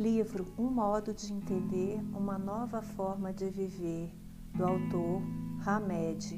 Livro Um Modo de Entender uma Nova Forma de Viver, do autor Hamed.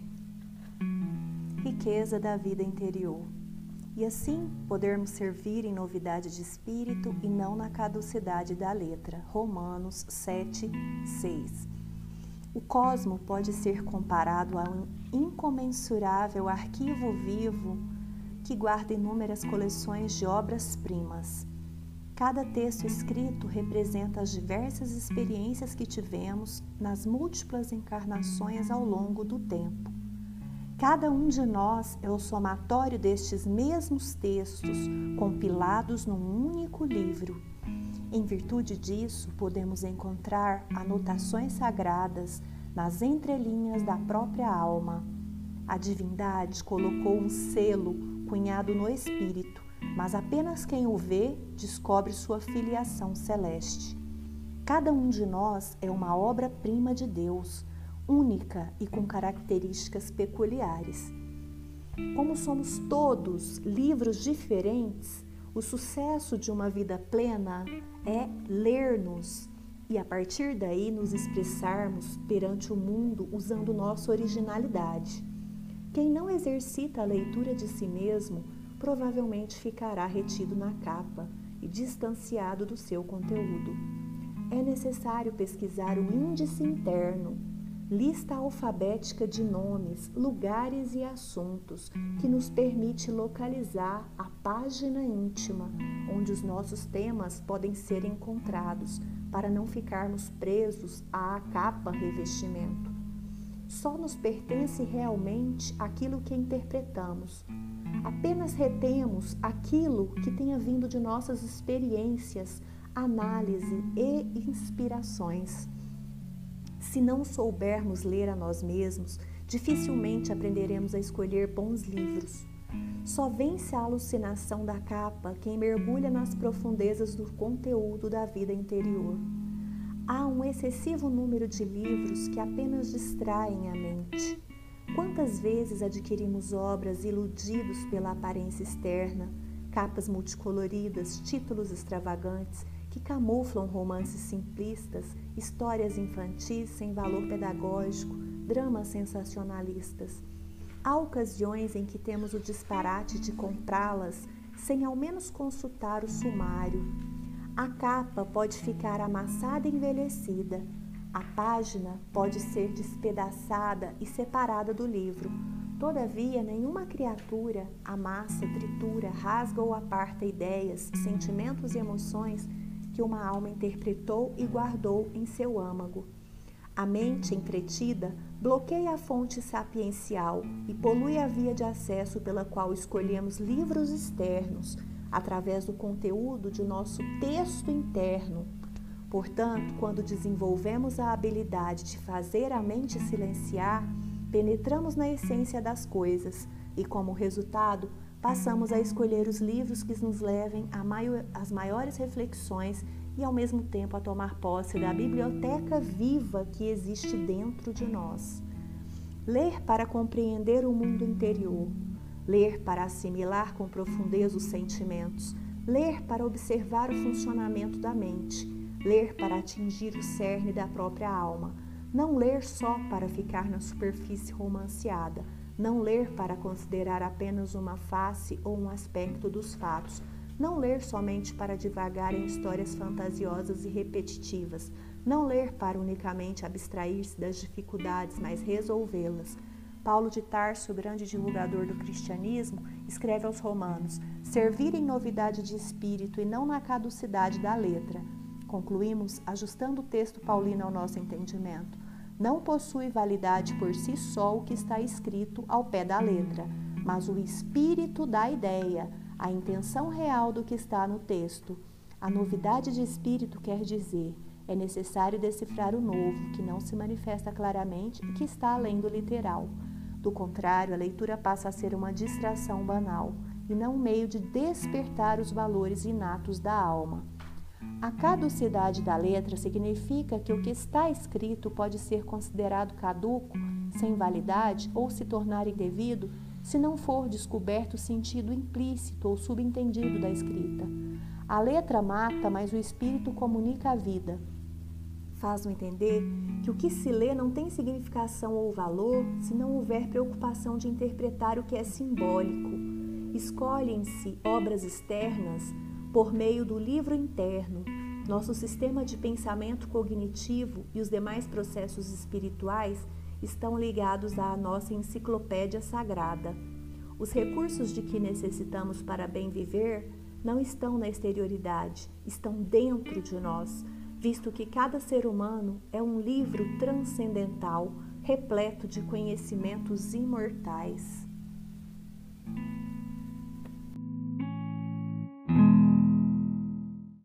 Riqueza da vida interior. E assim podermos servir em novidade de espírito e não na caducidade da letra. Romanos 7, 6. O cosmo pode ser comparado a um incomensurável arquivo vivo que guarda inúmeras coleções de obras-primas. Cada texto escrito representa as diversas experiências que tivemos nas múltiplas encarnações ao longo do tempo. Cada um de nós é o somatório destes mesmos textos, compilados num único livro. Em virtude disso, podemos encontrar anotações sagradas nas entrelinhas da própria alma. A divindade colocou um selo cunhado no espírito, mas apenas quem o vê descobre sua filiação celeste. Cada um de nós é uma obra-prima de Deus, única e com características peculiares. Como somos todos livros diferentes, o sucesso de uma vida plena é ler-nos e, a partir daí, nos expressarmos perante o mundo usando nossa originalidade. Quem não exercita a leitura de si mesmo provavelmente ficará retido na capa e distanciado do seu conteúdo. É necessário pesquisar o índice interno, lista alfabética de nomes, lugares e assuntos que nos permite localizar a página íntima onde os nossos temas podem ser encontrados para não ficarmos presos à capa revestimento. Só nos pertence realmente aquilo que interpretamos. Apenas retemos aquilo que tenha vindo de nossas experiências, análise e inspirações. Se não soubermos ler a nós mesmos, dificilmente aprenderemos a escolher bons livros. Só vence a alucinação da capa quem mergulha nas profundezas do conteúdo da vida interior. Há um excessivo número de livros que apenas distraem a mente. Quantas vezes adquirimos obras iludidos pela aparência externa, capas multicoloridas, títulos extravagantes que camuflam romances simplistas, histórias infantis sem valor pedagógico, dramas sensacionalistas. Há ocasiões em que temos o disparate de comprá-las sem ao menos consultar o sumário. A capa pode ficar amassada e envelhecida. A página pode ser despedaçada e separada do livro. Todavia, nenhuma criatura amassa, tritura, rasga ou aparta ideias, sentimentos e emoções que uma alma interpretou e guardou em seu âmago. A mente entretida bloqueia a fonte sapiencial e polui a via de acesso pela qual escolhemos livros externos, através do conteúdo de nosso texto interno. Portanto, quando desenvolvemos a habilidade de fazer a mente silenciar, penetramos na essência das coisas e, como resultado, passamos a escolher os livros que nos levem às maiores reflexões e, ao mesmo tempo, a tomar posse da biblioteca viva que existe dentro de nós. Ler para compreender o mundo interior, ler para assimilar com profundeza os sentimentos, ler para observar o funcionamento da mente, ler para atingir o cerne da própria alma, não ler só para ficar na superfície romanceada, não ler para considerar apenas uma face ou um aspecto dos fatos, não ler somente para divagar em histórias fantasiosas e repetitivas, não ler para unicamente abstrair-se das dificuldades, mas resolvê-las. Paulo de Tarso, grande divulgador do cristianismo, escreve aos Romanos: servir em novidade de espírito e não na caducidade da letra. Concluímos ajustando o texto paulino ao nosso entendimento. Não possui validade por si só o que está escrito ao pé da letra, mas o espírito da ideia, a intenção real do que está no texto. A novidade de espírito quer dizer, é necessário decifrar o novo, que não se manifesta claramente e que está além do literal. Do contrário, a leitura passa a ser uma distração banal, e não um meio de despertar os valores inatos da alma. A caducidade da letra significa que o que está escrito pode ser considerado caduco, sem validade ou se tornar indevido se não for descoberto o sentido implícito ou subentendido da escrita. A letra mata, mas o espírito comunica a vida. Faz-nos entender que o que se lê não tem significação ou valor se não houver preocupação de interpretar o que é simbólico. Escolhem-se obras externas por meio do livro interno. Nosso sistema de pensamento cognitivo e os demais processos espirituais estão ligados à nossa enciclopédia sagrada. Os recursos de que necessitamos para bem viver não estão na exterioridade, estão dentro de nós, visto que cada ser humano é um livro transcendental, repleto de conhecimentos imortais.